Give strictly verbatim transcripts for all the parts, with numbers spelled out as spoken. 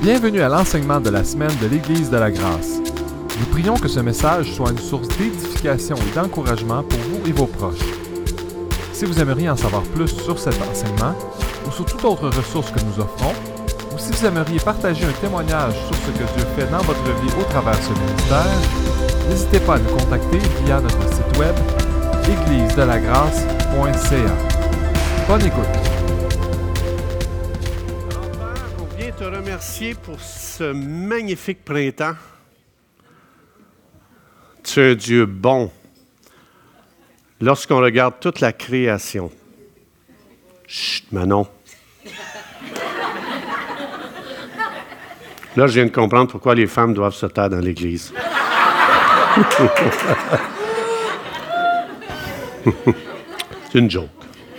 Bienvenue à l'enseignement de la semaine de l'Église de la Grâce. Nous prions que ce message soit une source d'édification et d'encouragement pour vous et vos proches. Si vous aimeriez en savoir plus sur cet enseignement ou sur toute autre ressource que nous offrons, ou si vous aimeriez partager un témoignage sur ce que Dieu fait dans votre vie au travers de ce ministère, n'hésitez pas à nous contacter via notre site web église de la grâce point c a. Bonne écoute! On vient te remercier pour ce magnifique printemps. Tu es un Dieu bon. Lorsqu'on regarde toute la création. Chut, Manon. Là, je viens de comprendre pourquoi les femmes doivent se taire dans l'Église. C'est une joke.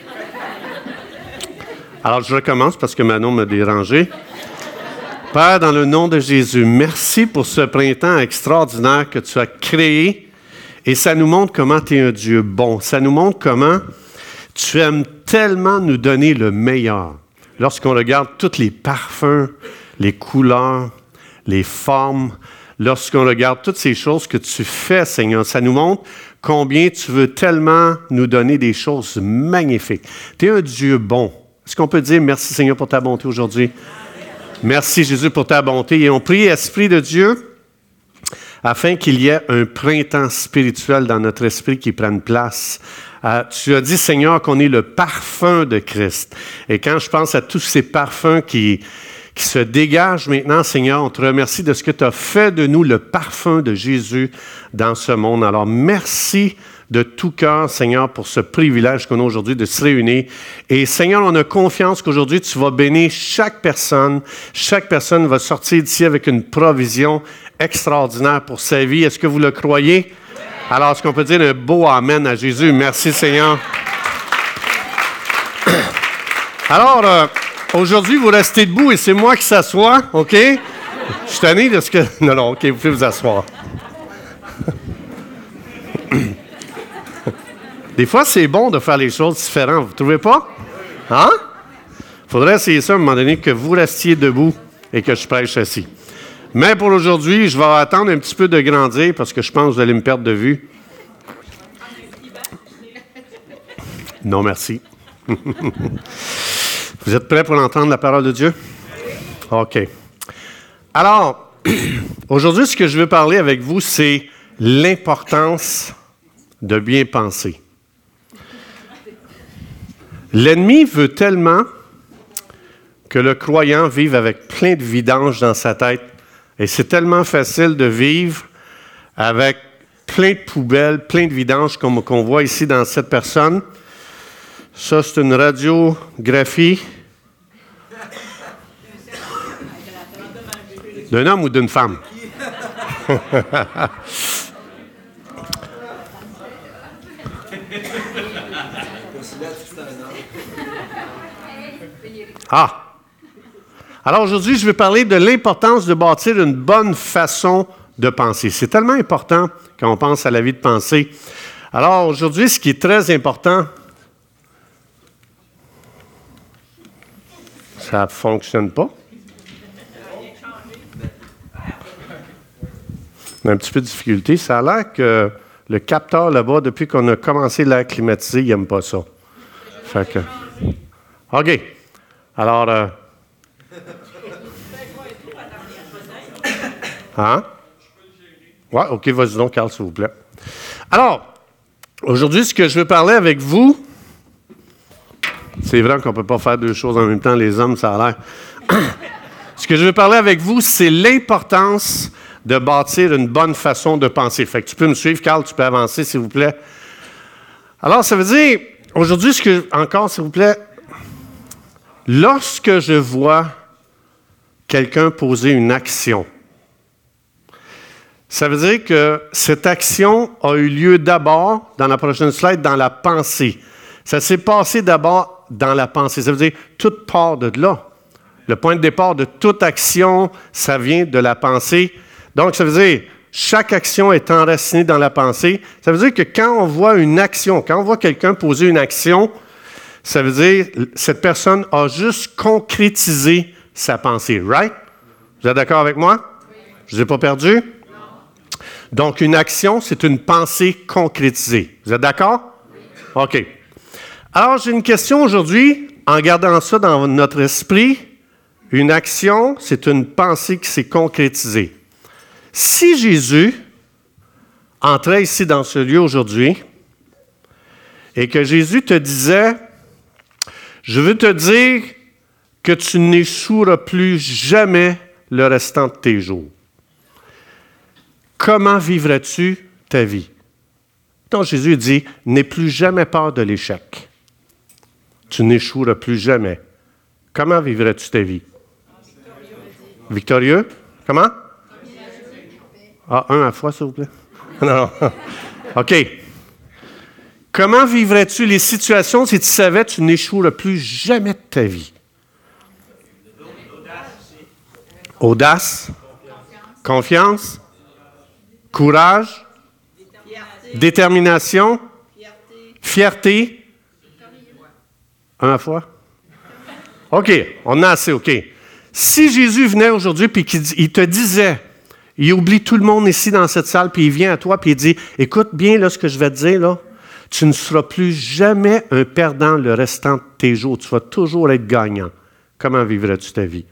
Alors, je recommence parce que Manon m'a dérangé. Père, dans le nom de Jésus, merci pour ce printemps extraordinaire que tu as créé. Et ça nous montre comment tu es un Dieu bon. Ça nous montre comment tu aimes tellement nous donner le meilleur. Lorsqu'on regarde tous les parfums, les couleurs, les formes, lorsqu'on regarde toutes ces choses que tu fais, Seigneur, ça nous montre combien tu veux tellement nous donner des choses magnifiques. Tu es un Dieu bon. Est-ce qu'on peut dire merci, Seigneur, pour ta bonté aujourd'hui? Merci, Jésus, pour ta bonté. Et on prie, Esprit de Dieu, afin qu'il y ait un printemps spirituel dans notre esprit qui prenne place. Euh, tu as dit, Seigneur, qu'on est le parfum de Christ. Et quand je pense à tous ces parfums qui, qui se dégagent maintenant, Seigneur, on te remercie de ce que tu as fait de nous, le parfum de Jésus dans ce monde. Alors, merci de tout cœur, Seigneur, pour ce privilège qu'on a aujourd'hui de se réunir. Et Seigneur, on a confiance qu'aujourd'hui, tu vas bénir chaque personne. Chaque personne va sortir d'ici avec une provision extraordinaire pour sa vie. Est-ce que vous le croyez? Alors, est-ce qu'on peut dire un beau Amen à Jésus? Merci, Seigneur. Alors, euh, aujourd'hui, vous restez debout et c'est moi qui s'assois, OK? Je suis tanné de ce que... Non, non, OK, vous pouvez vous asseoir. Des fois, c'est bon de faire les choses différentes, vous ne trouvez pas? Hein? Il faudrait essayer ça à un moment donné, que vous restiez debout et que je prêche assis. Mais pour aujourd'hui, je vais attendre un petit peu de grandir parce que je pense que vous allez me perdre de vue. Non, merci. Vous êtes prêts pour entendre la parole de Dieu? OK. Alors, aujourd'hui, ce que je veux parler avec vous, c'est l'importance de bien penser. L'ennemi veut tellement que le croyant vive avec plein de vidanges dans sa tête. Et c'est tellement facile de vivre avec plein de poubelles, plein de vidanges comme qu'on voit ici dans cette personne. Ça, c'est une radiographie d'un homme ou d'une femme? Ah! Alors aujourd'hui, je vais parler de l'importance de bâtir une bonne façon de penser. C'est tellement important quand on pense à la vie de pensée. Alors aujourd'hui, ce qui est très important, ça ne fonctionne pas. On a un petit peu de difficulté. Ça a l'air que le capteur là-bas, depuis qu'on a commencé l'air climatisé, il n'aime pas ça. Fait que... OK. Alors... Euh... Hein? Oui, OK, vas-y donc, Carl, s'il vous plaît. Alors, aujourd'hui, ce que je veux parler avec vous, c'est vrai qu'on ne peut pas faire deux choses en même temps, les hommes, ça a l'air. Ce que je veux parler avec vous, c'est l'importance de bâtir une bonne façon de penser. Fait que tu peux me suivre, Carl, tu peux avancer, s'il vous plaît. Alors, ça veut dire, aujourd'hui, ce que, encore, s'il vous plaît, lorsque je vois quelqu'un poser une action, ça veut dire que cette action a eu lieu d'abord, dans la prochaine slide, dans la pensée. Ça s'est passé d'abord dans la pensée. Ça veut dire tout part de là. Le point de départ de toute action, ça vient de la pensée. Donc, ça veut dire, chaque action est enracinée dans la pensée. Ça veut dire que quand on voit une action, quand on voit quelqu'un poser une action, ça veut dire que cette personne a juste concrétisé sa pensée, right? Vous êtes d'accord avec moi? Oui. Je ne vous ai pas perdu? Non. Donc, une action, c'est une pensée concrétisée. Vous êtes d'accord? Oui. OK. Alors, j'ai une question aujourd'hui, en gardant ça dans notre esprit. Une action, c'est une pensée qui s'est concrétisée. Si Jésus entrait ici dans ce lieu aujourd'hui et que Jésus te disait, je veux te dire que tu n'échoueras plus jamais le restant de tes jours. Comment vivrais-tu ta vie? Donc Jésus dit, n'aie plus jamais peur de l'échec. Tu n'échoueras plus jamais. Comment vivrais-tu ta vie? Victorieux. Victorieux? Comment? Ah, un à la fois, s'il vous plaît. Non, non. OK. Comment vivrais-tu les situations si tu savais que tu n'échoueras plus jamais de ta vie? Audace. Confiance. Courage. Détermination. Fierté. Un à la fois? OK, on a assez, OK. Si Jésus venait aujourd'hui et qu'il te disait, il oublie tout le monde ici dans cette salle, puis il vient à toi et il dit, écoute bien là, ce que je vais te dire, là, tu ne seras plus jamais un perdant le restant de tes jours. Tu vas toujours être gagnant. Comment vivrais-tu ta vie?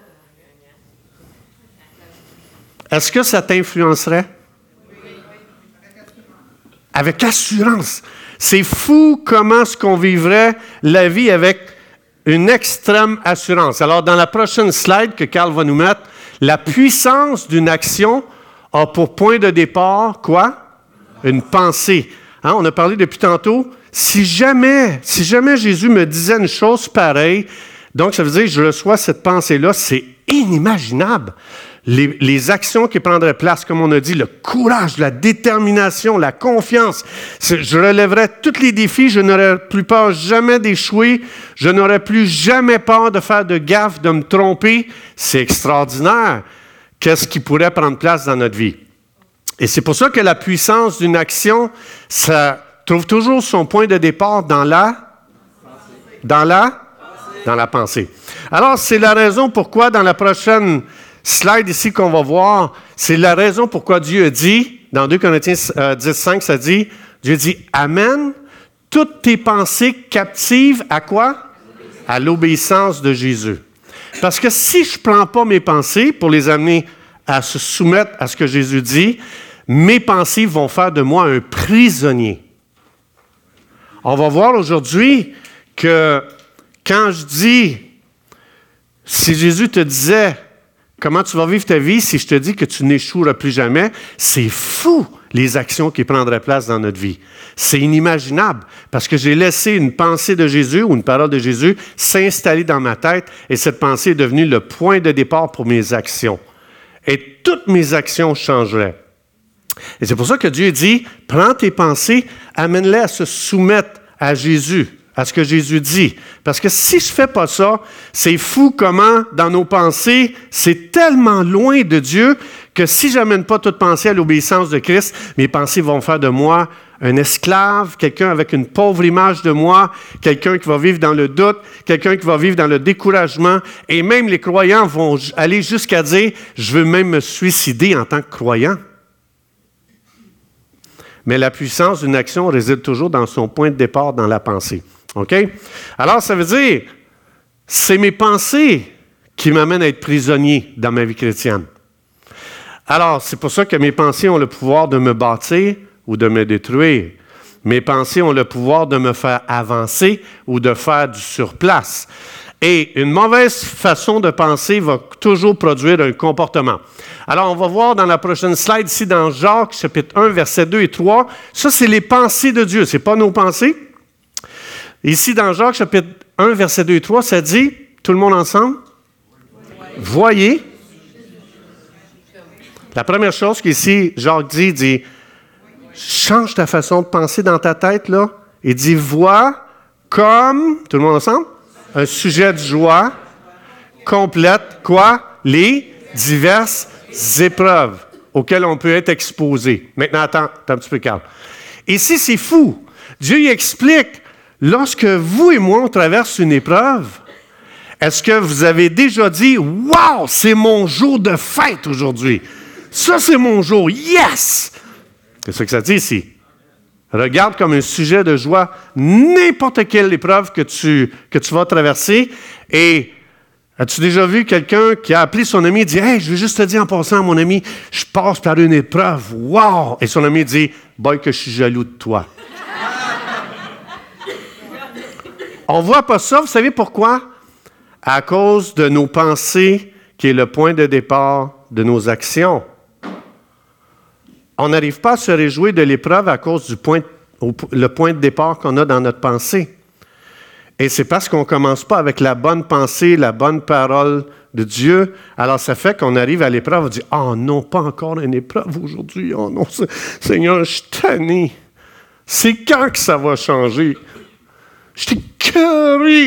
Est-ce que ça t'influencerait? Avec assurance. C'est fou comment est-ce qu'on vivrait la vie avec une extrême assurance. Alors, dans la prochaine slide que Carl va nous mettre, la puissance d'une action a pour point de départ, quoi? Une pensée. Hein, on a parlé depuis tantôt. Si jamais, si jamais Jésus me disait une chose pareille, donc ça veut dire que je reçois cette pensée-là, c'est inimaginable. Les, les actions qui prendraient place, comme on a dit, le courage, la détermination, la confiance. Je relèverais tous les défis, je n'aurais plus peur jamais d'échouer, je n'aurais plus jamais peur de faire de gaffes, de me tromper. C'est extraordinaire. Qu'est-ce qui pourrait prendre place dans notre vie? Et c'est pour ça que la puissance d'une action, ça trouve toujours son point de départ dans la... Dans la... Dans la pensée. Alors, c'est la raison pourquoi dans la prochaine slide ici qu'on va voir, c'est la raison pourquoi Dieu a dit, dans deux Corinthiens dix, cinq, ça dit, Dieu dit, amène toutes tes pensées captives à quoi? À l'obéissance de Jésus. Parce que si je ne prends pas mes pensées pour les amener à se soumettre à ce que Jésus dit, mes pensées vont faire de moi un prisonnier. On va voir aujourd'hui que quand je dis, si Jésus te disait, comment tu vas vivre ta vie si je te dis que tu n'échoueras plus jamais? C'est fou, les actions qui prendraient place dans notre vie. C'est inimaginable, parce que j'ai laissé une pensée de Jésus ou une parole de Jésus s'installer dans ma tête, et cette pensée est devenue le point de départ pour mes actions. Et toutes mes actions changeraient. Et c'est pour ça que Dieu dit, prends tes pensées, amène-les à se soumettre à Jésus, à ce que Jésus dit. Parce que si je ne fais pas ça, c'est fou comment, dans nos pensées, c'est tellement loin de Dieu que si je n'amène pas toute pensée à l'obéissance de Christ, mes pensées vont faire de moi un esclave, quelqu'un avec une pauvre image de moi, quelqu'un qui va vivre dans le doute, quelqu'un qui va vivre dans le découragement. Et même les croyants vont aller jusqu'à dire, je veux même me suicider en tant que croyant. Mais la puissance d'une action réside toujours dans son point de départ, dans la pensée. OK? Alors, ça veut dire, c'est mes pensées qui m'amènent à être prisonnier dans ma vie chrétienne. Alors, c'est pour ça que mes pensées ont le pouvoir de me bâtir ou de me détruire. Mes pensées ont le pouvoir de me faire avancer ou de faire du surplace. Et une mauvaise façon de penser va toujours produire un comportement. Alors, on va voir dans la prochaine slide, ici dans Jacques, chapitre un, versets deux et trois. Ça, c'est les pensées de Dieu, ce n'est pas nos pensées. Ici, dans Jacques, chapitre un, versets deux et trois, ça dit, tout le monde ensemble? Voyez. La première chose qu'ici, Jacques dit, dit, change ta façon de penser dans ta tête, là. Il dit, vois comme, tout le monde ensemble? Un sujet de joie complète, quoi? Les diverses épreuves auxquelles on peut être exposé. Maintenant, attends, attends un petit peu, Carl. Ici, c'est fou. Dieu y explique, lorsque vous et moi, on traverse une épreuve, Est-ce que vous avez déjà dit « Wow, c'est mon jour de fête aujourd'hui. Ça, c'est mon jour. Yes! » C'est ce que ça dit ici. Regarde comme un sujet de joie n'importe quelle épreuve que tu, que tu vas traverser. Et as-tu déjà vu quelqu'un qui a appelé son ami et dit « Hey, je veux juste te dire en passant, mon ami, je passe par une épreuve. Wow! » Et son ami dit « Boy, que je suis jaloux de toi. » On ne voit pas ça. Vous savez pourquoi? À cause de nos pensées, qui est le point de départ de nos actions. On n'arrive pas à se réjouir de l'épreuve à cause du point, le point de départ qu'on a dans notre pensée. Et c'est parce qu'on ne commence pas avec la bonne pensée, la bonne parole de Dieu. Alors, ça fait qu'on arrive à l'épreuve, on dit « Oh non, pas encore une épreuve aujourd'hui. Oh non, Seigneur, je suis tanné. C'est quand que ça va changer? Je suis écœuré. »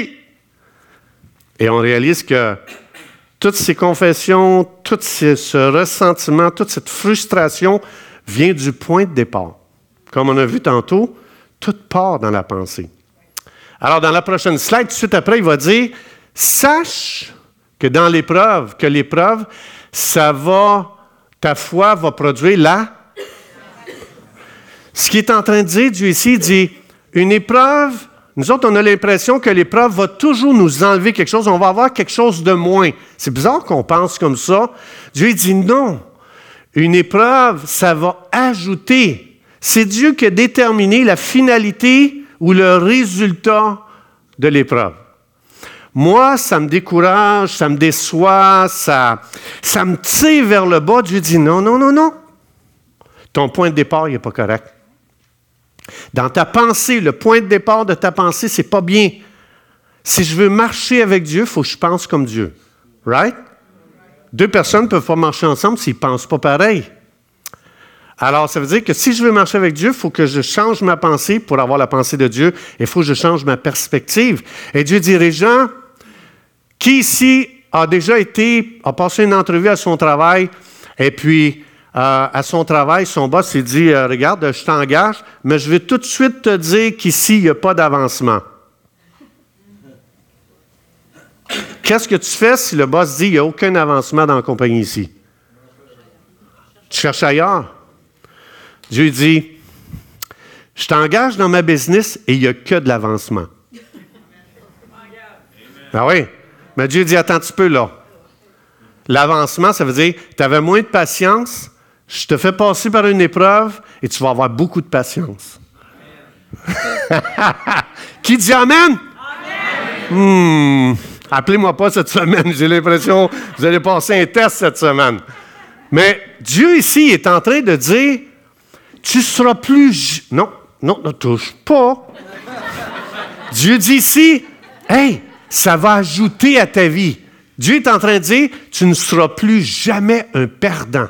Et on réalise que toutes ces confessions, tout ce, ce ressentiment, toute cette frustration vient du point de départ. Comme on a vu tantôt, tout part dans la pensée. Alors, dans la prochaine slide, tout de suite après, il va dire « Sache que dans l'épreuve, que l'épreuve, ça va, ta foi va produire la... » Ce qu'il est en train de dire, Dieu ici, il dit « Une épreuve... » Nous autres, on a l'impression que l'épreuve va toujours nous enlever quelque chose. On va avoir quelque chose de moins. C'est bizarre qu'on pense comme ça. Dieu dit non. Une épreuve, ça va ajouter. C'est Dieu qui a déterminé la finalité ou le résultat de l'épreuve. Moi, ça me décourage, ça me déçoit, ça, ça me tire vers le bas. Dieu dit non, non, non, non. Ton point de départ, il n'est pas correct. Dans ta pensée, le point de départ de ta pensée, c'est pas bien. Si je veux marcher avec Dieu, il faut que je pense comme Dieu. Right? Deux personnes ne peuvent pas marcher ensemble s'ils ne pensent pas pareil. Alors, ça veut dire que si je veux marcher avec Dieu, il faut que je change ma pensée pour avoir la pensée de Dieu. Il faut que je change ma perspective. Et Dieu dirait, Jean, qui ici a déjà été, a passé une entrevue à son travail, et puis... Euh, à son travail, son boss s'est dit euh, « Regarde, je t'engage, mais je vais tout de suite te dire qu'ici, il n'y a pas d'avancement. » Qu'est-ce que tu fais si le boss dit « Il n'y a aucun avancement dans la compagnie ici? » Tu cherches ailleurs. Dieu dit « Je t'engage dans ma business et il n'y a que de l'avancement. » Ah oui, mais Dieu dit « Attends un petit peu là. » L'avancement, ça veut dire « Tu avais moins de patience. » Je te fais passer par une épreuve et tu vas avoir beaucoup de patience. Qui dit Amen? Amen. Hmm. Appelez-moi pas cette semaine. J'ai l'impression que vous allez passer un test cette semaine. Mais Dieu ici est en train de dire, tu seras plus... Non, non, ne touche pas. Dieu dit ici, hey, ça va ajouter à ta vie. Dieu est en train de dire, tu ne seras plus jamais un perdant.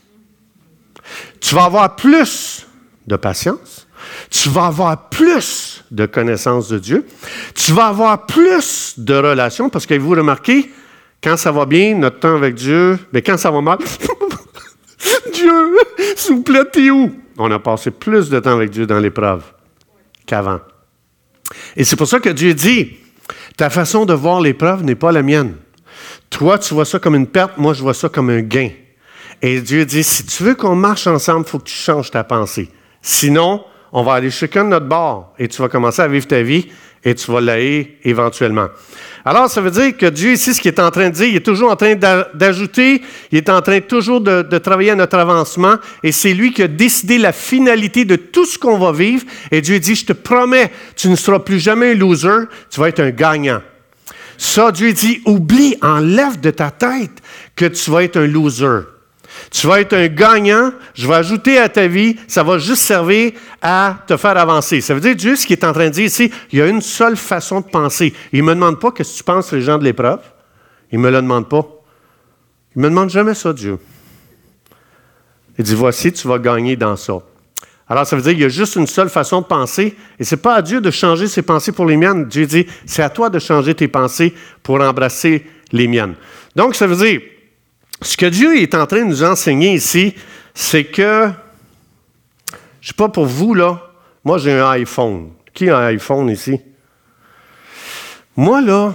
Tu vas avoir plus de patience, tu vas avoir plus de connaissance de Dieu, tu vas avoir plus de relations, parce que vous remarquez, quand ça va bien, notre temps avec Dieu, mais quand ça va mal, Dieu, s'il vous plaît, t'es où? On a passé plus de temps avec Dieu dans l'épreuve qu'avant. Et c'est pour ça que Dieu dit, ta façon de voir l'épreuve n'est pas la mienne. Toi, tu vois ça comme une perte, moi, je vois ça comme un gain. Et Dieu dit, si tu veux qu'on marche ensemble, il faut que tu changes ta pensée. Sinon, on va aller chacun de notre bord et tu vas commencer à vivre ta vie et tu vas l'haïr éventuellement. Alors, ça veut dire que Dieu ici, ce qu'il est en train de dire, il est toujours en train d'ajouter, il est en train toujours de, de travailler à notre avancement et c'est lui qui a décidé la finalité de tout ce qu'on va vivre. Et Dieu dit, je te promets, tu ne seras plus jamais un loser, tu vas être un gagnant. Ça, Dieu dit, oublie, enlève de ta tête que tu vas être un loser. Tu vas être un gagnant, je vais ajouter à ta vie, ça va juste servir à te faire avancer. Ça veut dire, Dieu, ce qu'il est en train de dire ici, il y a une seule façon de penser. Il ne me demande pas qu'est-ce que tu penses les gens de l'épreuve. Il ne me le demande pas. Il ne me demande jamais ça, Dieu. Il dit, voici, tu vas gagner dans ça. Alors, ça veut dire qu'il y a juste une seule façon de penser, et ce n'est pas à Dieu de changer ses pensées pour les miennes. Dieu dit, c'est à toi de changer tes pensées pour embrasser les miennes. Donc, ça veut dire, ce que Dieu est en train de nous enseigner ici, c'est que, je ne sais pas pour vous, là, moi j'ai un iPhone. Qui a un iPhone ici? Moi, là,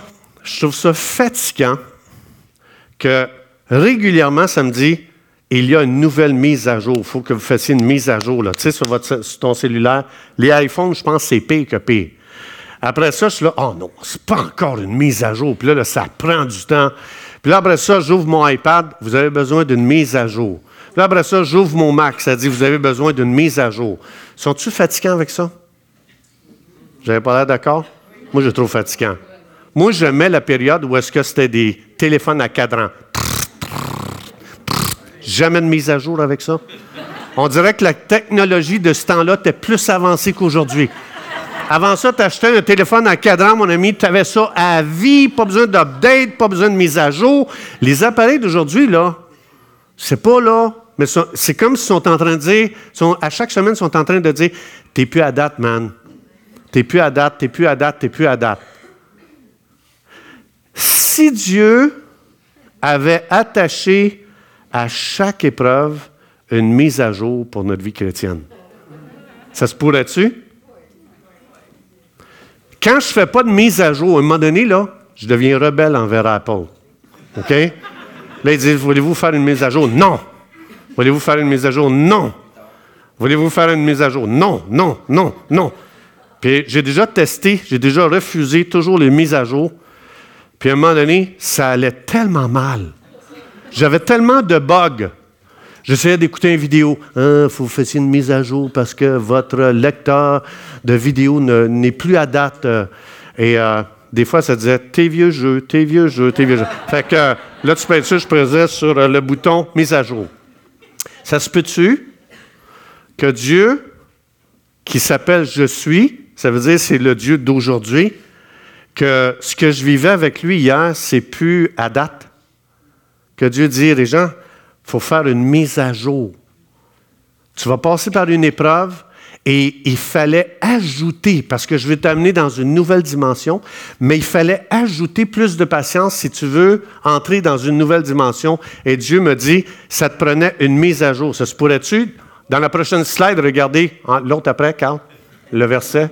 je trouve ça fatigant que régulièrement, ça me dit, il y a une nouvelle mise à jour. Il faut que vous fassiez une mise à jour. Là. Tu sais, sur, votre, sur ton cellulaire, les iPhones, je pense que c'est pire que pire. Après ça, je suis là, oh non, c'est pas encore une mise à jour. Puis là, là, ça prend du temps. Puis là, après ça, j'ouvre mon iPad, vous avez besoin d'une mise à jour. Puis là, après ça, j'ouvre mon Mac, ça dit, vous avez besoin d'une mise à jour. Sont-tu fatigants avec ça? Vous n'avez pas l'air d'accord? Moi, je trouve fatigant. Moi, j'aimais la période où est-ce que c'était des téléphones à cadran. Jamais de mise à jour avec ça. On dirait que la technologie de ce temps-là était plus avancée qu'aujourd'hui. Avant ça, tu achetais un téléphone à cadran, mon ami, tu avais ça à vie, pas besoin d'update, pas besoin de mise à jour. Les appareils d'aujourd'hui, là, c'est pas là, mais c'est comme s'ils sont en train de dire, sont, à chaque semaine, ils sont en train de dire, t'es plus à date, man. T'es plus à date, t'es plus à date, t'es plus à date. Si Dieu avait attaché à chaque épreuve une mise à jour pour notre vie chrétienne, ça se pourrait-tu? Quand je ne fais pas de mise à jour, à un moment donné, là, je deviens rebelle envers Apple. OK? Là, ils disent, voulez-vous faire une mise à jour? Non. Voulez-vous faire une mise à jour? Non. Voulez-vous faire une mise à jour? Non, non, non, non. Puis j'ai déjà testé, j'ai déjà refusé toujours les mises à jour. Puis à un moment donné, ça allait tellement mal. J'avais tellement de bugs. J'essayais d'écouter une vidéo. Il hein, faut faire une mise à jour parce que votre lecteur de vidéo ne, n'est plus à date. Et euh, des fois, ça disait « Tes vieux jeux, tes vieux jeux, tes vieux jeux. » Fait que euh, là, tu peux être sûr, je pesais sur euh, le bouton « Mise à jour ». Ça se peut-tu que Dieu, qui s'appelle « Je suis », ça veut dire c'est le Dieu d'aujourd'hui, que ce que je vivais avec lui hier, c'est plus à date. Que Dieu dit, les gens, il faut faire une mise à jour. Tu vas passer par une épreuve et il fallait ajouter, parce que je vais t'amener dans une nouvelle dimension, mais il fallait ajouter plus de patience si tu veux entrer dans une nouvelle dimension. Et Dieu me dit, ça te prenait une mise à jour. Ça se pourrait-tu? Dans la prochaine slide, regardez, l'autre après, Carl, le verset.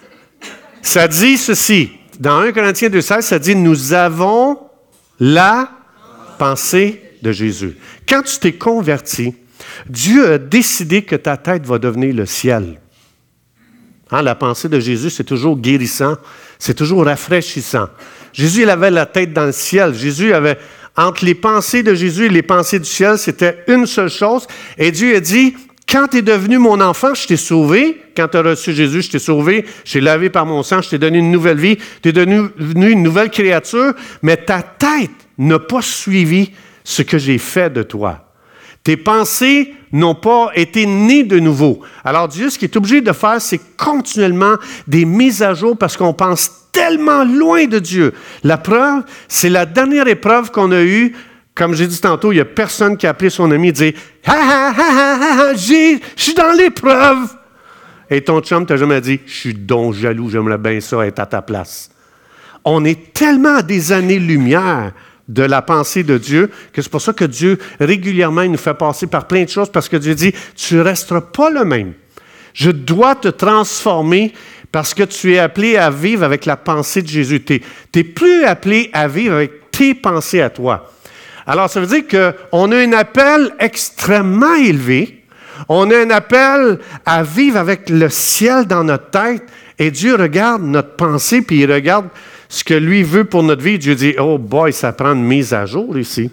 Ça dit ceci, dans un Corinthiens deux seize, ça dit, nous avons la pensée de Jésus. Quand tu t'es converti, Dieu a décidé que ta tête va devenir le ciel. Hein, la pensée de Jésus, c'est toujours guérissant, c'est toujours rafraîchissant. Jésus, il avait la tête dans le ciel. Jésus avait, entre les pensées de Jésus et les pensées du ciel, c'était une seule chose. Et Dieu a dit, quand tu es devenu mon enfant, je t'ai sauvé. Quand tu as reçu Jésus, je t'ai sauvé. Je t'ai lavé par mon sang, je t'ai donné une nouvelle vie. Tu es devenu une nouvelle créature, mais ta tête n'a pas suivi ce que j'ai fait de toi. Tes pensées n'ont pas été nées de nouveau. Alors Dieu, ce qu'il est obligé de faire, c'est continuellement des mises à jour parce qu'on pense tellement loin de Dieu. La preuve, c'est la dernière épreuve qu'on a eue. Comme j'ai dit tantôt, il n'y a personne qui a appelé son ami et dit « Ha, ha, ha, ha, ha, je suis dans l'épreuve! » Et ton chum t'a jamais dit « Je suis donc jaloux, j'aimerais bien ça être à ta place. » On est tellement à des années-lumière de la pensée de Dieu que c'est pour ça que Dieu, régulièrement, il nous fait passer par plein de choses parce que Dieu dit « Tu ne resteras pas le même. Je dois te transformer parce que tu es appelé à vivre avec la pensée de Jésus. Tu n'es plus appelé à vivre avec tes pensées à toi. » Alors, ça veut dire qu'on a un appel extrêmement élevé. On a un appel à vivre avec le ciel dans notre tête. Et Dieu regarde notre pensée, puis il regarde ce que lui veut pour notre vie. Dieu dit, oh boy, ça prend une mise à jour ici.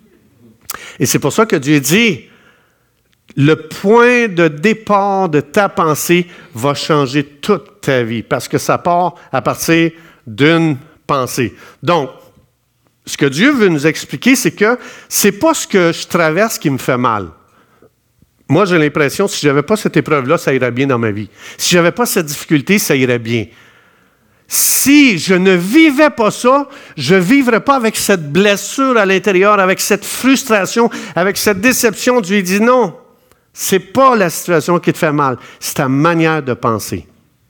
Et c'est pour ça que Dieu dit, le point de départ de ta pensée va changer toute ta vie. Parce que ça part à partir d'une pensée. Donc, ce que Dieu veut nous expliquer, c'est que c'est pas ce que je traverse qui me fait mal. Moi, j'ai l'impression, si je n'avais pas cette épreuve-là, ça irait bien dans ma vie. Si je n'avais pas cette difficulté, ça irait bien. Si je ne vivais pas ça, je ne vivrais pas avec cette blessure à l'intérieur, avec cette frustration, avec cette déception. Dieu dit non, ce n'est pas la situation qui te fait mal, c'est ta manière de penser.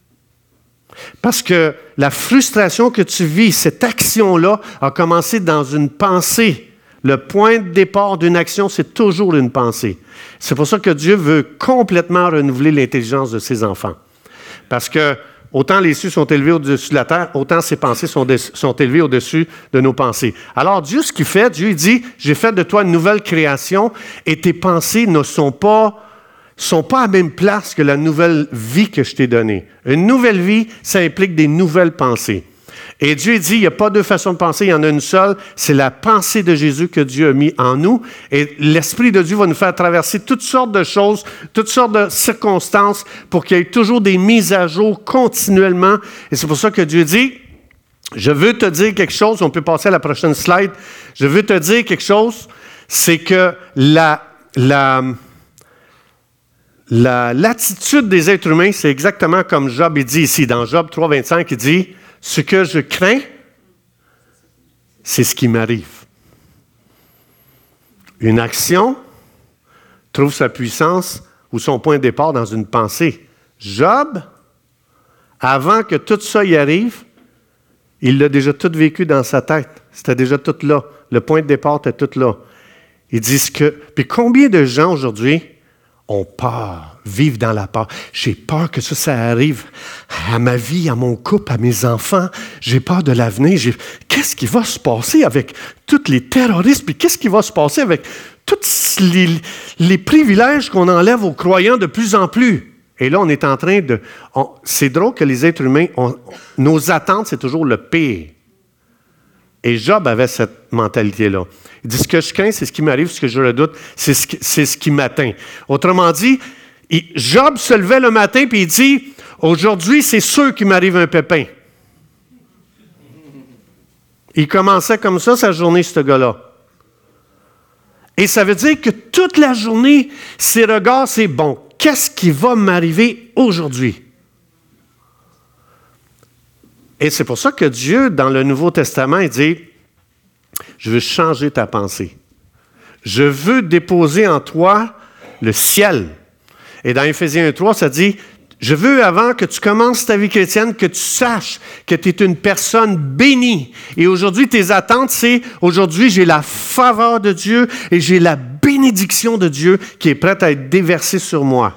Parce que la frustration que tu vis, cette action-là, a commencé dans une pensée. Le point de départ d'une action, c'est toujours une pensée. C'est pour ça que Dieu veut complètement renouveler l'intelligence de ses enfants. Parce que autant les cieux sont élevés au-dessus de la terre, autant ses pensées sont, de, sont élevées au-dessus de nos pensées. Alors Dieu, ce qu'il fait, Dieu il dit, j'ai fait de toi une nouvelle création et tes pensées ne sont pas, sont pas à la même place que la nouvelle vie que je t'ai donnée. Une nouvelle vie, ça implique des nouvelles pensées. Et Dieu dit, il n'y a pas deux façons de penser, il y en a une seule, c'est la pensée de Jésus que Dieu a mis en nous. Et l'Esprit de Dieu va nous faire traverser toutes sortes de choses, toutes sortes de circonstances pour qu'il y ait toujours des mises à jour continuellement. Et c'est pour ça que Dieu dit, je veux te dire quelque chose, on peut passer à la prochaine slide, je veux te dire quelque chose, c'est que la, la, la, l'attitude des êtres humains, c'est exactement comme Job il dit ici, dans Job trois, vingt-cinq, il dit, ce que je crains, c'est ce qui m'arrive. Une action trouve sa puissance ou son point de départ dans une pensée. Job, avant que tout ça y arrive, il l'a déjà tout vécu dans sa tête. C'était déjà tout là. Le point de départ était tout là. Ils disent que... Puis combien de gens aujourd'hui ont peur, vivent dans la peur. J'ai peur que ça, ça arrive à ma vie, à mon couple, à mes enfants. J'ai peur de l'avenir. J'ai... Qu'est-ce qui va se passer avec tous les terroristes? Puis qu'est-ce qui va se passer avec tous les, les privilèges qu'on enlève aux croyants de plus en plus? Et là, on est en train de... On, c'est drôle que les êtres humains, on, nos attentes, c'est toujours le pire. Et Job avait cette mentalité-là. Il dit, ce que je crains, c'est ce qui m'arrive, ce que je redoute, c'est ce qui, c'est ce qui m'atteint. Autrement dit, il, Job se levait le matin et il dit, aujourd'hui, c'est sûr qu'il m'arrive un pépin. Il commençait comme ça sa journée, ce gars-là. Et ça veut dire que toute la journée, ses regards, c'est bon. Qu'est-ce qui va m'arriver aujourd'hui? Et c'est pour ça que Dieu, dans le Nouveau Testament, il dit, je veux changer ta pensée. Je veux déposer en toi le ciel. Et dans Éphésiens un trois, ça dit, je veux, avant que tu commences ta vie chrétienne, que tu saches que tu es une personne bénie. Et aujourd'hui, tes attentes, c'est, aujourd'hui, j'ai la faveur de Dieu et j'ai la bénédiction de Dieu qui est prête à être déversée sur moi.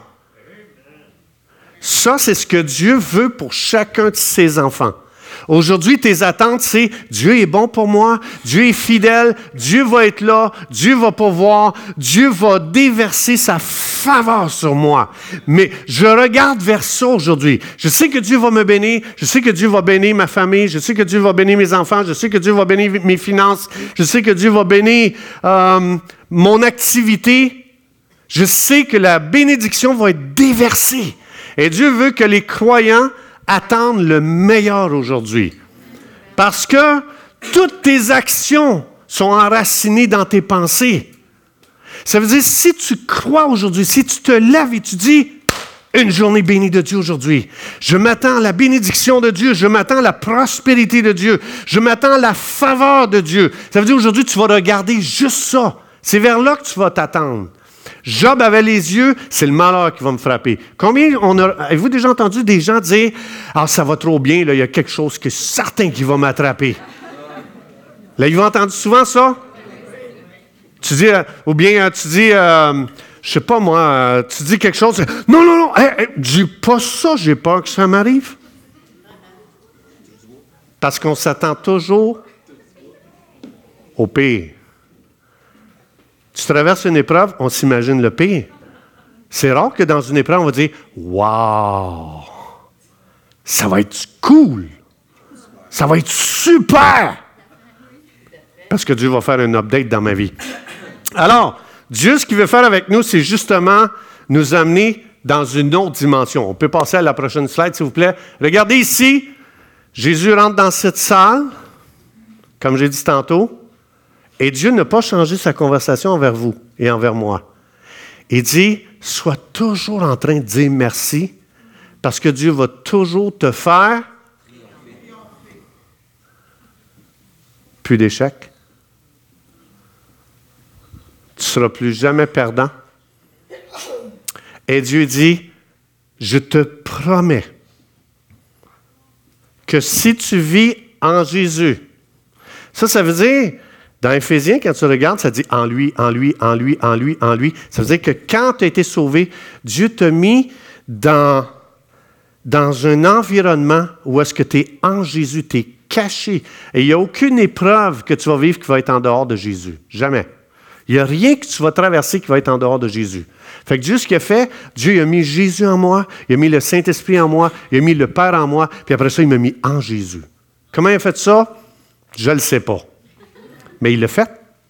Ça, c'est ce que Dieu veut pour chacun de ses enfants. Aujourd'hui, tes attentes, c'est Dieu est bon pour moi, Dieu est fidèle, Dieu va être là, Dieu va pourvoir, Dieu va déverser sa faveur sur moi. Mais je regarde vers ça aujourd'hui. Je sais que Dieu va me bénir, je sais que Dieu va bénir ma famille, je sais que Dieu va bénir mes enfants, je sais que Dieu va bénir mes finances, je sais que Dieu va bénir euh, mon activité. Je sais que la bénédiction va être déversée. Et Dieu veut que les croyants attendre le meilleur aujourd'hui. Parce que toutes tes actions sont enracinées dans tes pensées. Ça veut dire, si tu crois aujourd'hui, si tu te lèves et tu dis, une journée bénie de Dieu aujourd'hui, je m'attends à la bénédiction de Dieu, je m'attends à la prospérité de Dieu, je m'attends à la faveur de Dieu. Ça veut dire, aujourd'hui, tu vas regarder juste ça. C'est vers là que tu vas t'attendre. Job avait les yeux, c'est le malheur qui va me frapper. Combien on a, avez-vous déjà entendu des gens dire « Ah, ça va trop bien, là, il y a quelque chose qui est certain qui va m'attraper. » Là, ils ont entendu souvent ça? Tu dis, euh, ou bien tu dis, euh, je sais pas moi, euh, tu dis quelque chose, « Non, non, non, hey, hey, dis pas ça, j'ai peur que ça m'arrive. » Parce qu'on s'attend toujours au pire. Tu traverses une épreuve, on s'imagine le pire. C'est rare que dans une épreuve, on va dire « Wow! Ça va être cool! Ça va être super! » Parce que Dieu va faire un update dans ma vie. Alors, Dieu, ce qu'il veut faire avec nous, c'est justement nous amener dans une autre dimension. On peut passer à la prochaine slide, s'il vous plaît. Regardez ici, Jésus rentre dans cette salle, comme j'ai dit tantôt. Et Dieu n'a pas changé sa conversation envers vous et envers moi. Il dit, sois toujours en train de dire merci, parce que Dieu va toujours te faire plus d'échecs. Tu ne seras plus jamais perdant. Et Dieu dit, je te promets que si tu vis en Jésus, ça, ça veut dire, dans Éphésiens, quand tu regardes, ça dit en lui, en lui, en lui, en lui, en lui. Ça veut dire que quand tu as été sauvé, Dieu t'a mis dans, dans un environnement où est-ce que tu es en Jésus, tu es caché. Et il n'y a aucune épreuve que tu vas vivre qui va être en dehors de Jésus. Jamais. Il n'y a rien que tu vas traverser qui va être en dehors de Jésus. Fait que Dieu, ce qu'il a fait, Dieu a mis Jésus en moi, il a mis le Saint-Esprit en moi, il a mis le Père en moi, puis après ça, il m'a mis en Jésus. Comment il a fait ça? Je ne le sais pas. Mais il l'a fait.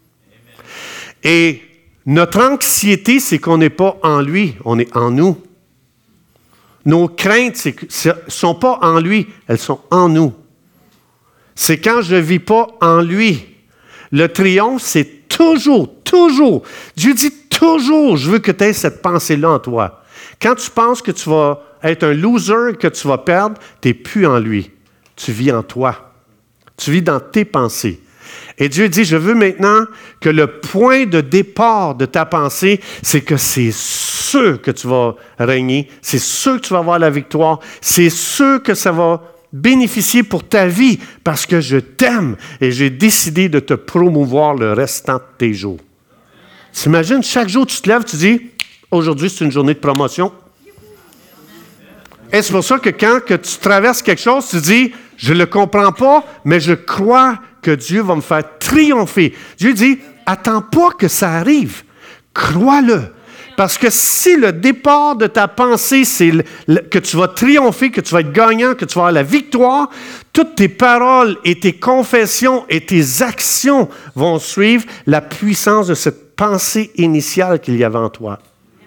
Et notre anxiété, c'est qu'on n'est pas en lui, on est en nous. Nos craintes ne sont pas en lui, elles sont en nous. C'est quand je ne vis pas en lui. Le triomphe, c'est toujours, toujours. Dieu dit toujours, je veux que tu aies cette pensée-là en toi. Quand tu penses que tu vas être un loser, que tu vas perdre, tu n'es plus en lui. Tu vis en toi. Tu vis dans tes pensées. Et Dieu dit, je veux maintenant que le point de départ de ta pensée, c'est que c'est sûr que tu vas régner, c'est sûr que tu vas avoir la victoire, c'est sûr que ça va bénéficier pour ta vie parce que je t'aime et j'ai décidé de te promouvoir le restant de tes jours. T'imagines, chaque jour tu te lèves, tu dis, aujourd'hui c'est une journée de promotion. Et c'est pour ça que quand que tu traverses quelque chose, tu dis, je ne le comprends pas, mais je crois que Dieu va me faire triompher. Dieu dit, attends pas que ça arrive, crois-le. Parce que si le départ de ta pensée, c'est le, le, que tu vas triompher, que tu vas être gagnant, que tu vas avoir la victoire, toutes tes paroles et tes confessions et tes actions vont suivre la puissance de cette pensée initiale qu'il y avait en toi.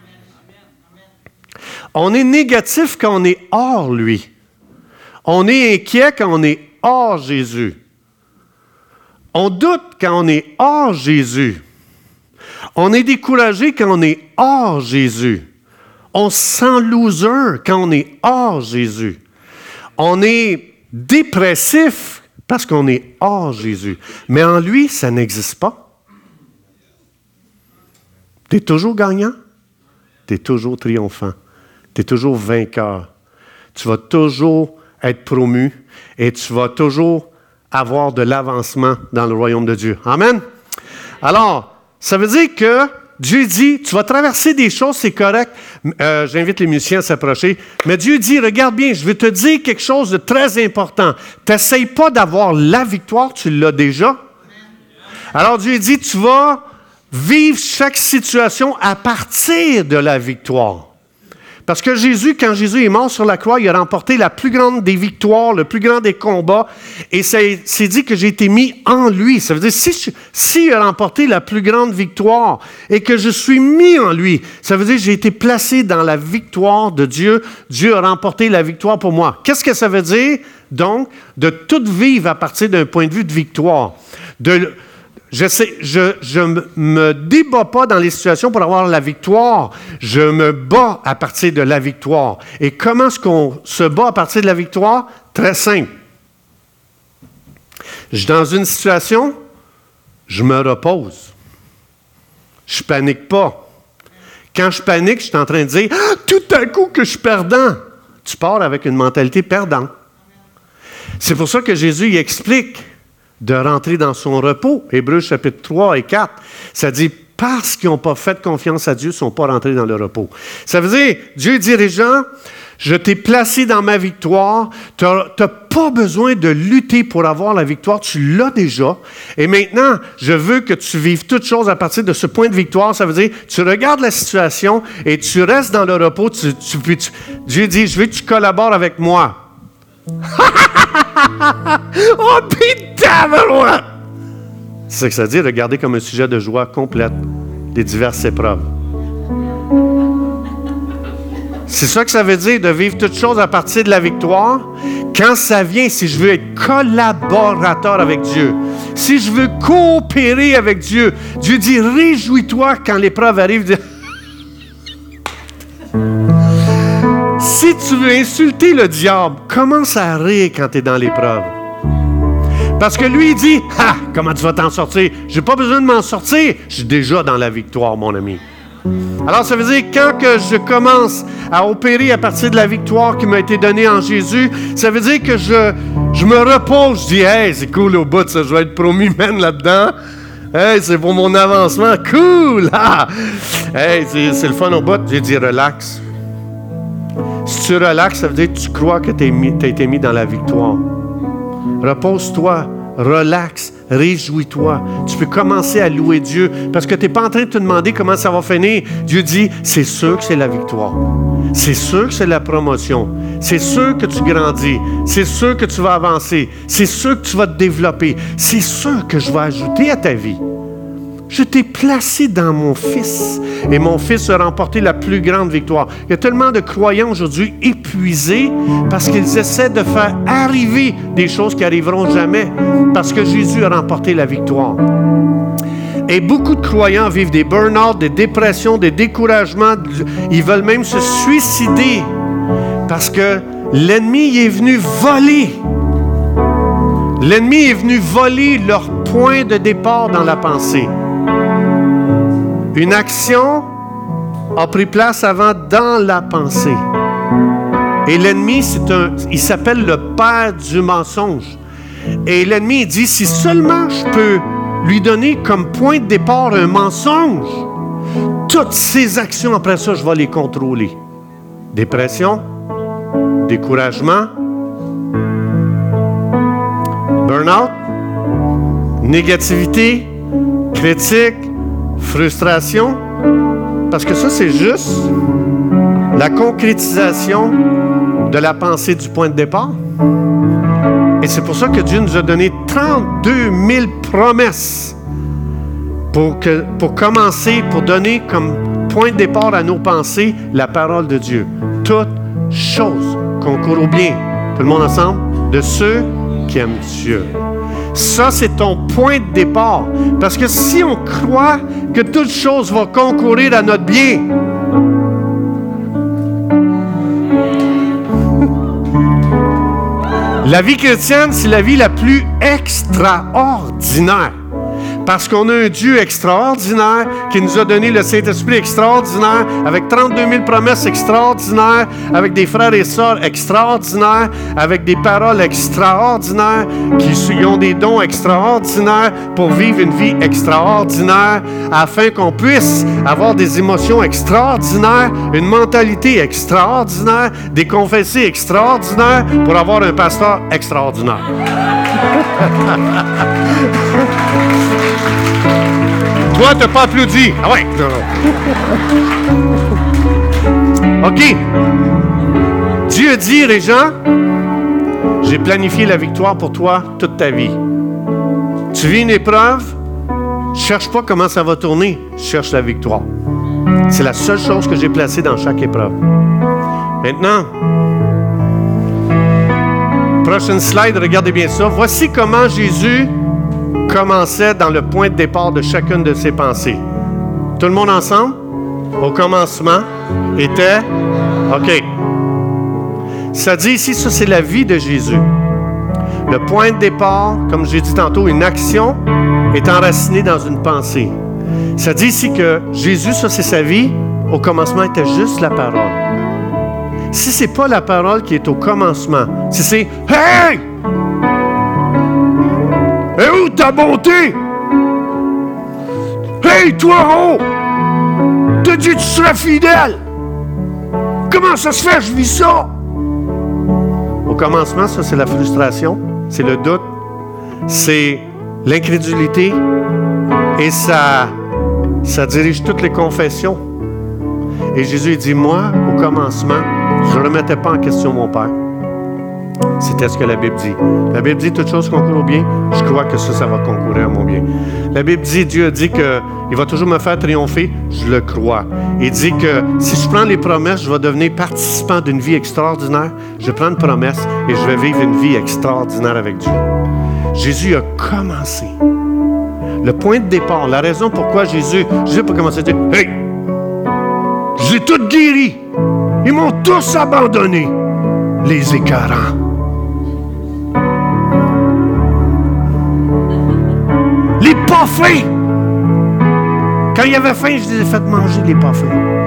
On est négatif quand on est hors lui. On est inquiet quand on est hors Jésus. On doute quand on est hors Jésus. On est découragé quand on est hors Jésus. On se sent loser quand on est hors Jésus. On est dépressif parce qu'on est hors Jésus. Mais en lui, ça n'existe pas. Tu es toujours gagnant. Tu es toujours triomphant. Tu es toujours vainqueur. Tu vas toujours être promu et tu vas toujours avoir de l'avancement dans le royaume de Dieu. Amen? Alors, ça veut dire que Dieu dit, tu vas traverser des choses, c'est correct. Euh, j'invite les musiciens à s'approcher. Mais Dieu dit, regarde bien, je vais te dire quelque chose de très important. Tu n'essayes pas d'avoir la victoire, tu l'as déjà. Alors Dieu dit, tu vas vivre chaque situation à partir de la victoire. Parce que Jésus, quand Jésus est mort sur la croix, il a remporté la plus grande des victoires, le plus grand des combats. Et c'est, c'est dit que j'ai été mis en lui. Ça veut dire, si, je, si il a remporté la plus grande victoire et que je suis mis en lui, ça veut dire que j'ai été placé dans la victoire de Dieu. Dieu a remporté la victoire pour moi. Qu'est-ce que ça veut dire? Donc, de tout vivre à partir d'un point de vue de victoire. De... Je sais, je, je me débats pas dans les situations pour avoir la victoire. Je me bats à partir de la victoire. Et comment est-ce qu'on se bat à partir de la victoire? Très simple. Je suis dans une situation, je me repose. Je panique pas. Quand je panique, je suis en train de dire ah, « tout à coup que je suis perdant ». Tu pars avec une mentalité perdante. C'est pour ça que Jésus il explique de rentrer dans son repos. Hébreux chapitre trois et quatre, ça dit « parce qu'ils n'ont pas fait confiance à Dieu, ils ne sont pas rentrés dans le repos ». Ça veut dire, Dieu dirigeant, je t'ai placé dans ma victoire, tu n'as pas besoin de lutter pour avoir la victoire, tu l'as déjà. Et maintenant, je veux que tu vives toutes choses à partir de ce point de victoire. Ça veut dire, tu regardes la situation et tu restes dans le repos. Tu, tu, tu, Dieu dit, je veux que tu collabores avec moi. Oh, putain, moi! C'est ce que ça dit, regarder comme un sujet de joie complète les diverses épreuves. C'est ça que ça veut dire, de vivre toutes choses à partir de la victoire. Quand ça vient, si je veux être collaborateur avec Dieu, si je veux coopérer avec Dieu, Dieu dit, réjouis-toi quand l'épreuve arrive. Si tu veux insulter le diable, commence à rire quand tu es dans l'épreuve. Parce que lui, il dit, « Ah, comment tu vas t'en sortir? Je n'ai pas besoin de m'en sortir. Je suis déjà dans la victoire, mon ami. » Alors, ça veut dire, quand que je commence à opérer à partir de la victoire qui m'a été donnée en Jésus, ça veut dire que je, je me repose. Je dis, « Hey, c'est cool au bout de ça, je vais être promis, man, là-dedans. Hey, c'est pour mon avancement. Cool! Ah! Hey, c'est, c'est le fun au bout. » J'ai dit, « Relax. » Si tu relaxes, ça veut dire que tu crois que tu as été mis dans la victoire. Repose-toi, relaxe, réjouis-toi. Tu peux commencer à louer Dieu parce que tu n'es pas en train de te demander comment ça va finir. Dieu dit, c'est sûr que c'est la victoire. C'est sûr que c'est la promotion. C'est sûr que tu grandis. C'est sûr que tu vas avancer. C'est sûr que tu vas te développer. C'est sûr que je vais ajouter à ta vie. Je t'ai placé dans mon Fils et mon Fils a remporté la plus grande victoire. Il y a tellement de croyants aujourd'hui épuisés parce qu'ils essaient de faire arriver des choses qui n'arriveront jamais parce que Jésus a remporté la victoire. Et beaucoup de croyants vivent des burn-out, des dépressions, des découragements. Ils veulent même se suicider parce que l'ennemi est venu voler. L'ennemi est venu voler leur point de départ dans la pensée. Une action a pris place avant dans la pensée. Et l'ennemi, c'est un, il s'appelle le père du mensonge. Et l'ennemi dit, si seulement je peux lui donner comme point de départ un mensonge, toutes ses actions après ça, je vais les contrôler. Dépression, découragement, burn-out, négativité, critique, frustration, parce que ça, c'est juste la concrétisation de la pensée du point de départ. Et c'est pour ça que Dieu nous a donné trente-deux mille promesses pour, que, pour commencer, pour donner comme point de départ à nos pensées la parole de Dieu. Toutes choses concourent au bien, tout le monde ensemble, de ceux qui aiment Dieu. Ça, c'est ton point de départ. Parce que si on croit que toute chose va concourir à notre bien, la vie chrétienne, c'est la vie la plus extraordinaire. Parce qu'on a un Dieu extraordinaire qui nous a donné le Saint-Esprit extraordinaire, avec trente-deux mille promesses extraordinaires, avec des frères et sœurs extraordinaires, avec des paroles extraordinaires, qui ont des dons extraordinaires pour vivre une vie extraordinaire, afin qu'on puisse avoir des émotions extraordinaires, une mentalité extraordinaire, des confessés extraordinaires, pour avoir un pasteur extraordinaire. Toi, tu n'as pas applaudi. Ah ouais. OK. Dieu dit, Régent, j'ai planifié la victoire pour toi toute ta vie. Tu vis une épreuve, ne cherche pas comment ça va tourner, cherche la victoire. C'est la seule chose que j'ai placée dans chaque épreuve. Maintenant, prochaine slide, regardez bien ça. Voici comment Jésus commençait dans le point de départ de chacune de ses pensées. Tout le monde ensemble? Au commencement était... OK. Ça dit ici, ça c'est la vie de Jésus. Le point de départ, comme j'ai dit tantôt, une action est enracinée dans une pensée. Ça dit ici que Jésus, ça c'est sa vie. Au commencement était juste la parole. Si c'est pas la parole qui est au commencement, si c'est « Hey! Et où ta bonté? Hey, toi, oh! T'as dit que tu serais fidèle! Comment ça se fait, je vis ça? » Au commencement, ça, c'est la frustration, c'est le doute, c'est l'incrédulité et ça, ça dirige toutes les confessions. Et Jésus, il dit, moi, au commencement, je ne remettais pas en question mon Père. C'était ce que la Bible dit. La Bible dit, toute chose concourt au bien. Je crois que ça, ça va concourir à mon bien. La Bible dit, Dieu a dit qu'il va toujours me faire triompher. Je le crois. Il dit que si je prends les promesses, je vais devenir participant d'une vie extraordinaire. Je prends une promesse et je vais vivre une vie extraordinaire avec Dieu. Jésus a commencé. Le point de départ, la raison pourquoi Jésus, Jésus n'a pas commencé à dire, « Hey! J'ai tout guéri! Ils m'ont tous abandonné! Les écœurants! » Les pas fins! Quand il y avait faim, je les ai fait manger, les pas fins.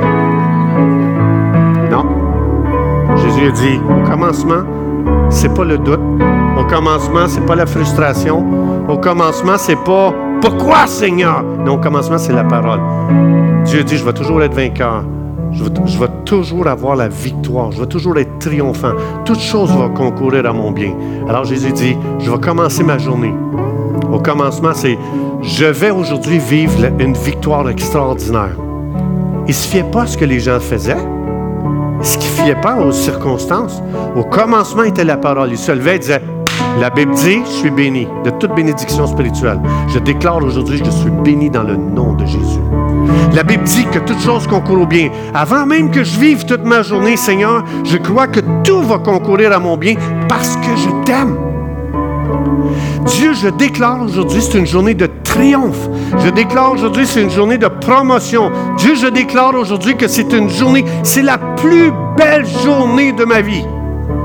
Non. Jésus a dit, au commencement, c'est pas le doute. Au commencement, c'est pas la frustration. Au commencement, c'est pas « Pourquoi, Seigneur? » Non, au commencement, c'est la parole. Dieu dit, je vais toujours être vainqueur. je vais, je vais toujours avoir la victoire. Je vais toujours être triomphant. Toute chose va concourir à mon bien. Alors Jésus dit, je vais commencer ma journée. Au commencement, c'est, je vais aujourd'hui vivre une victoire extraordinaire. Il ne se fiait pas à ce que les gens faisaient. Il ne se fiait pas aux circonstances. Au commencement était la parole. Il se levait et disait, la Bible dit, je suis béni de toute bénédiction spirituelle. Je déclare aujourd'hui que je suis béni dans le nom de Jésus. La Bible dit que toute chose concourt au bien. Avant même que je vive toute ma journée, Seigneur, je crois que tout va concourir à mon bien parce que je t'aime. Dieu, je déclare aujourd'hui, c'est une journée de triomphe. Je déclare aujourd'hui, c'est une journée de promotion. Dieu, je déclare aujourd'hui que c'est une journée, c'est la plus belle journée de ma vie.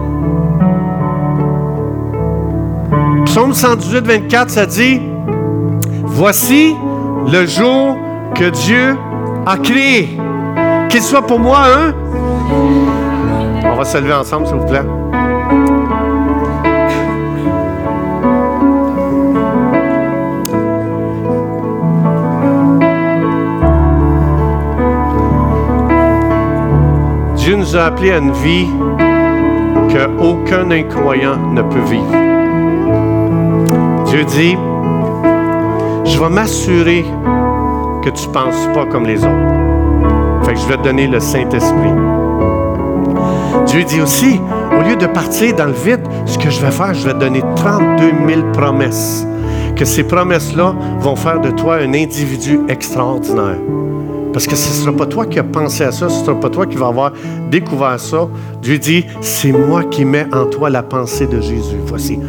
Psaume cent dix-huit, vingt-quatre, ça dit, « Voici le jour que Dieu a créé. Qu'il soit pour moi un... » On va se lever ensemble, s'il vous plaît. Dieu nous a appelés à une vie qu'aucun incroyant ne peut vivre. Dieu dit, je vais m'assurer que tu ne penses pas comme les autres. Fait que je vais te donner le Saint-Esprit. Dieu dit aussi, au lieu de partir dans le vide, ce que je vais faire, je vais te donner trente-deux mille promesses. Que ces promesses-là vont faire de toi un individu extraordinaire. Parce que ce ne sera pas toi qui as pensé à ça, ce ne sera pas toi qui vas avoir découvert ça. Dieu dit, c'est moi qui mets en toi la pensée de Jésus. Voici.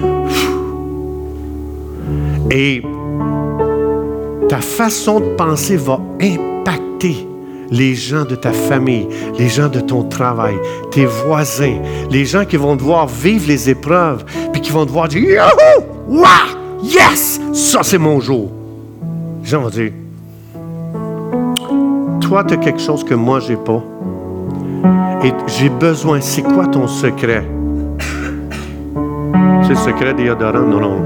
Et ta façon de penser va impacter les gens de ta famille, les gens de ton travail, tes voisins, les gens qui vont devoir vivre les épreuves, puis qui vont devoir dire « Yahoo! Wow! Yes! Ça, c'est mon jour! » Les gens vont dire « Toi, tu as quelque chose que moi, je n'ai pas. Et j'ai besoin. C'est quoi ton secret? » C'est le secret des déodorants? Non, non.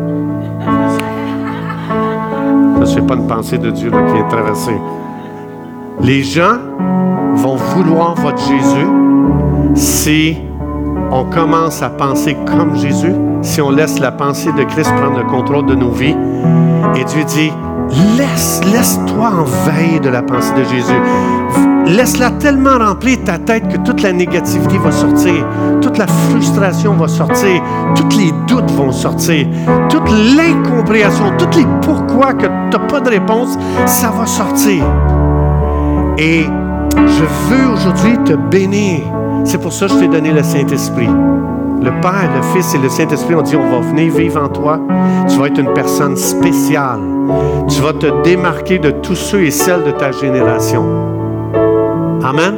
Ce n'est pas une pensée de Dieu là, qui est traversée. Les gens vont vouloir votre Jésus si on commence à penser comme Jésus, si on laisse la pensée de Christ prendre le contrôle de nos vies. Et Dieu dit, laisse, laisse-toi envahir de la pensée de Jésus. Laisse-la tellement remplir ta tête que toute la négativité va sortir, toute la frustration va sortir, tous les doutes vont sortir, toute l'incompréhension, tous les pourquoi que tu n'as pas de réponse, ça va sortir. Et je veux aujourd'hui te bénir. C'est pour ça que je t'ai donné le Saint-Esprit. Le Père, le Fils et le Saint-Esprit ont dit, on va venir vivre en toi. Tu vas être une personne spéciale. Tu vas te démarquer de tous ceux et celles de ta génération. Amen.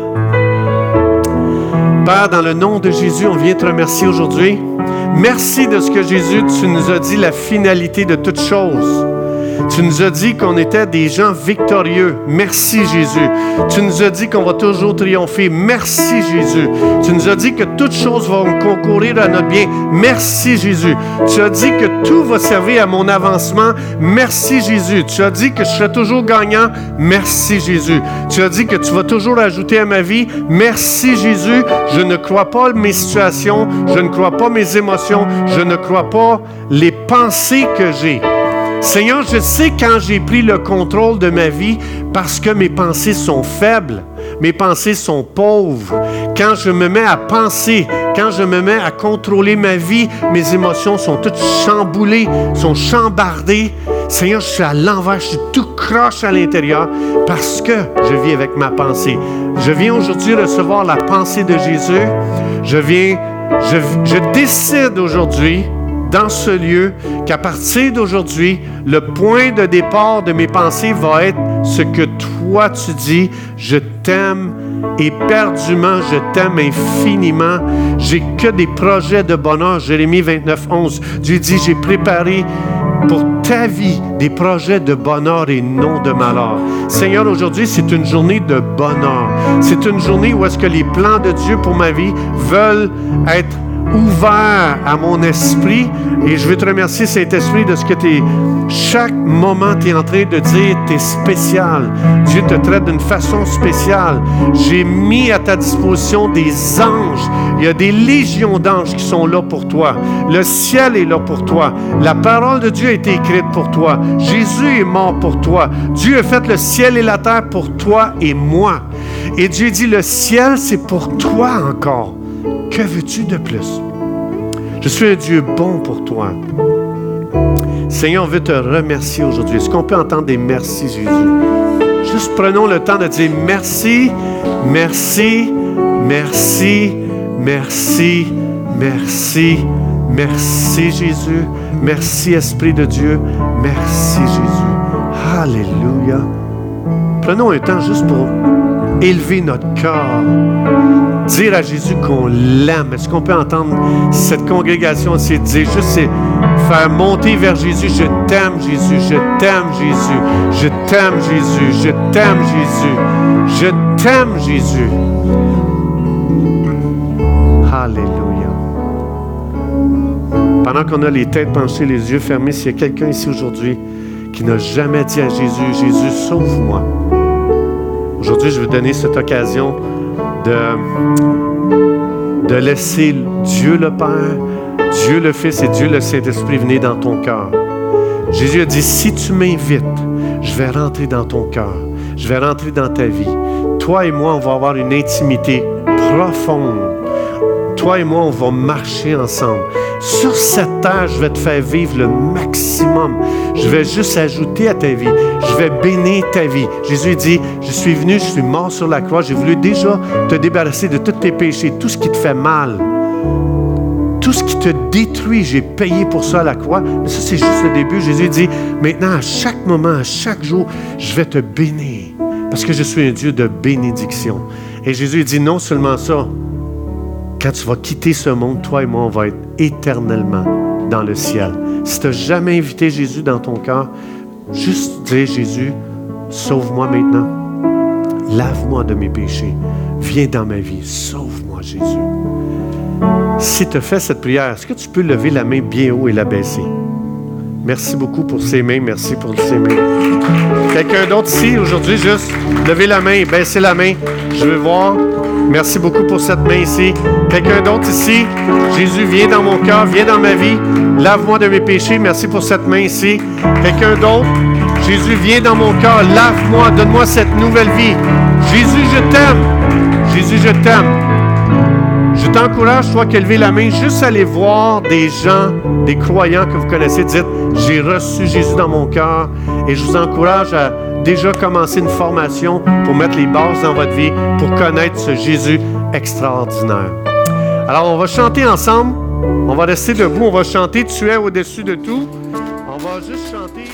Père, dans le nom de Jésus, on vient te remercier aujourd'hui. Merci de ce que Jésus, tu nous as dit la finalité de toutes choses. Tu nous as dit qu'on était des gens victorieux. Merci, Jésus. Tu nous as dit qu'on va toujours triompher. Merci, Jésus. Tu nous as dit que toutes choses vont concourir à notre bien. Merci, Jésus. Tu as dit que tout va servir à mon avancement. Merci, Jésus. Tu as dit que je serai toujours gagnant. Merci, Jésus. Tu as dit que tu vas toujours ajouter à ma vie. Merci, Jésus. Je ne crois pas mes situations. Je ne crois pas mes émotions. Je ne crois pas les pensées que j'ai. Seigneur, je sais quand j'ai pris le contrôle de ma vie parce que mes pensées sont faibles, mes pensées sont pauvres. Quand je me mets à penser, quand je me mets à contrôler ma vie, mes émotions sont toutes chamboulées, sont chambardées. Seigneur, je suis à l'envers, je suis tout croche à l'intérieur parce que je vis avec ma pensée. Je viens aujourd'hui recevoir la pensée de Jésus. Je viens, je, je décide aujourd'hui dans ce lieu, qu'à partir d'aujourd'hui, le point de départ de mes pensées va être ce que toi tu dis, je t'aime éperdument, je t'aime infiniment, j'ai que des projets de bonheur. Jérémie vingt-neuf, onze, Dieu dit, j'ai préparé pour ta vie des projets de bonheur et non de malheur. Seigneur, aujourd'hui, c'est une journée de bonheur. C'est une journée où est-ce que les plans de Dieu pour ma vie veulent être ouvert à mon esprit. Et je veux te remercier, Saint-Esprit, de ce que tu es... Chaque moment, tu es en train de dire tu es spécial. Dieu te traite d'une façon spéciale. J'ai mis à ta disposition des anges. Il y a des légions d'anges qui sont là pour toi. Le ciel est là pour toi. La parole de Dieu a été écrite pour toi. Jésus est mort pour toi. Dieu a fait le ciel et la terre pour toi et moi. Et Dieu dit, le ciel, c'est pour toi encore. Que veux-tu de plus? Je suis un Dieu bon pour toi. Seigneur, on veut te remercier aujourd'hui. Est-ce qu'on peut entendre des merci, Jésus? Juste prenons le temps de dire merci, merci, merci, merci, merci, merci, Jésus. Merci, Esprit de Dieu. Merci, Jésus. Alléluia. Prenons un temps juste pour élever notre cœur. Dire à Jésus qu'on l'aime. Est-ce qu'on peut entendre cette congrégation essayer de dire, juste c'est faire monter vers Jésus, je t'aime Jésus, je t'aime Jésus, je t'aime Jésus, je t'aime Jésus, je t'aime Jésus. Alléluia. Pendant qu'on a les têtes penchées, les yeux fermés, s'il y a quelqu'un ici aujourd'hui qui n'a jamais dit à Jésus, Jésus, sauve-moi. Aujourd'hui, je veux donner cette occasion de, de laisser Dieu le Père, Dieu le Fils et Dieu le Saint-Esprit venir dans ton cœur. Jésus a dit, si tu m'invites, je vais rentrer dans ton cœur, je vais rentrer dans ta vie. Toi et moi, on va avoir une intimité profonde. Toi et moi, on va marcher ensemble. Sur cette terre, je vais te faire vivre le maximum. Je vais juste ajouter à ta vie. Je vais bénir ta vie. Jésus dit, je suis venu, je suis mort sur la croix. J'ai voulu déjà te débarrasser de tous tes péchés, tout ce qui te fait mal. Tout ce qui te détruit, j'ai payé pour ça à la croix. Mais ça, c'est juste le début. Jésus dit, maintenant, à chaque moment, à chaque jour, je vais te bénir. Parce que je suis un Dieu de bénédiction. Et Jésus dit, non seulement ça, quand tu vas quitter ce monde, toi et moi, on va être éternellement dans le ciel. Si tu n'as jamais invité Jésus dans ton cœur, juste dire, Jésus, sauve-moi maintenant. Lave-moi de mes péchés. Viens dans ma vie. Sauve-moi, Jésus. Si tu as fait cette prière, est-ce que tu peux lever la main bien haut et la baisser? Merci beaucoup pour ces mains. Merci pour ces mains. Quelqu'un d'autre ici, aujourd'hui, juste lever la main et baisser la main. Je veux voir. Merci beaucoup pour cette main ici. Quelqu'un d'autre ici? Jésus, viens dans mon cœur, viens dans ma vie. Lave-moi de mes péchés. Merci pour cette main ici. Quelqu'un d'autre? Jésus, viens dans mon cœur. Lave-moi, donne-moi cette nouvelle vie. Jésus, je t'aime. Jésus, je t'aime. Je t'encourage, toi qui as levé la main, juste aller voir des gens, des croyants que vous connaissez, dites, j'ai reçu Jésus dans mon cœur. Et je vous encourage à déjà commencer une formation pour mettre les bases dans votre vie, pour connaître ce Jésus extraordinaire. Alors, on va chanter ensemble. On va rester debout. On va chanter « Tu es au-dessus de tout ». On va juste chanter.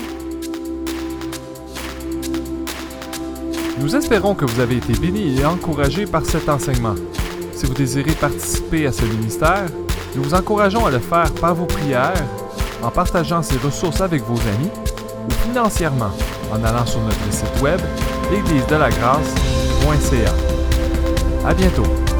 Nous espérons que vous avez été bénis et encouragés par cet enseignement. Si vous désirez participer à ce ministère, nous vous encourageons à le faire par vos prières, en partageant ces ressources avec vos amis ou financièrement en allant sur notre site web l'église de la grâce point c a. À bientôt!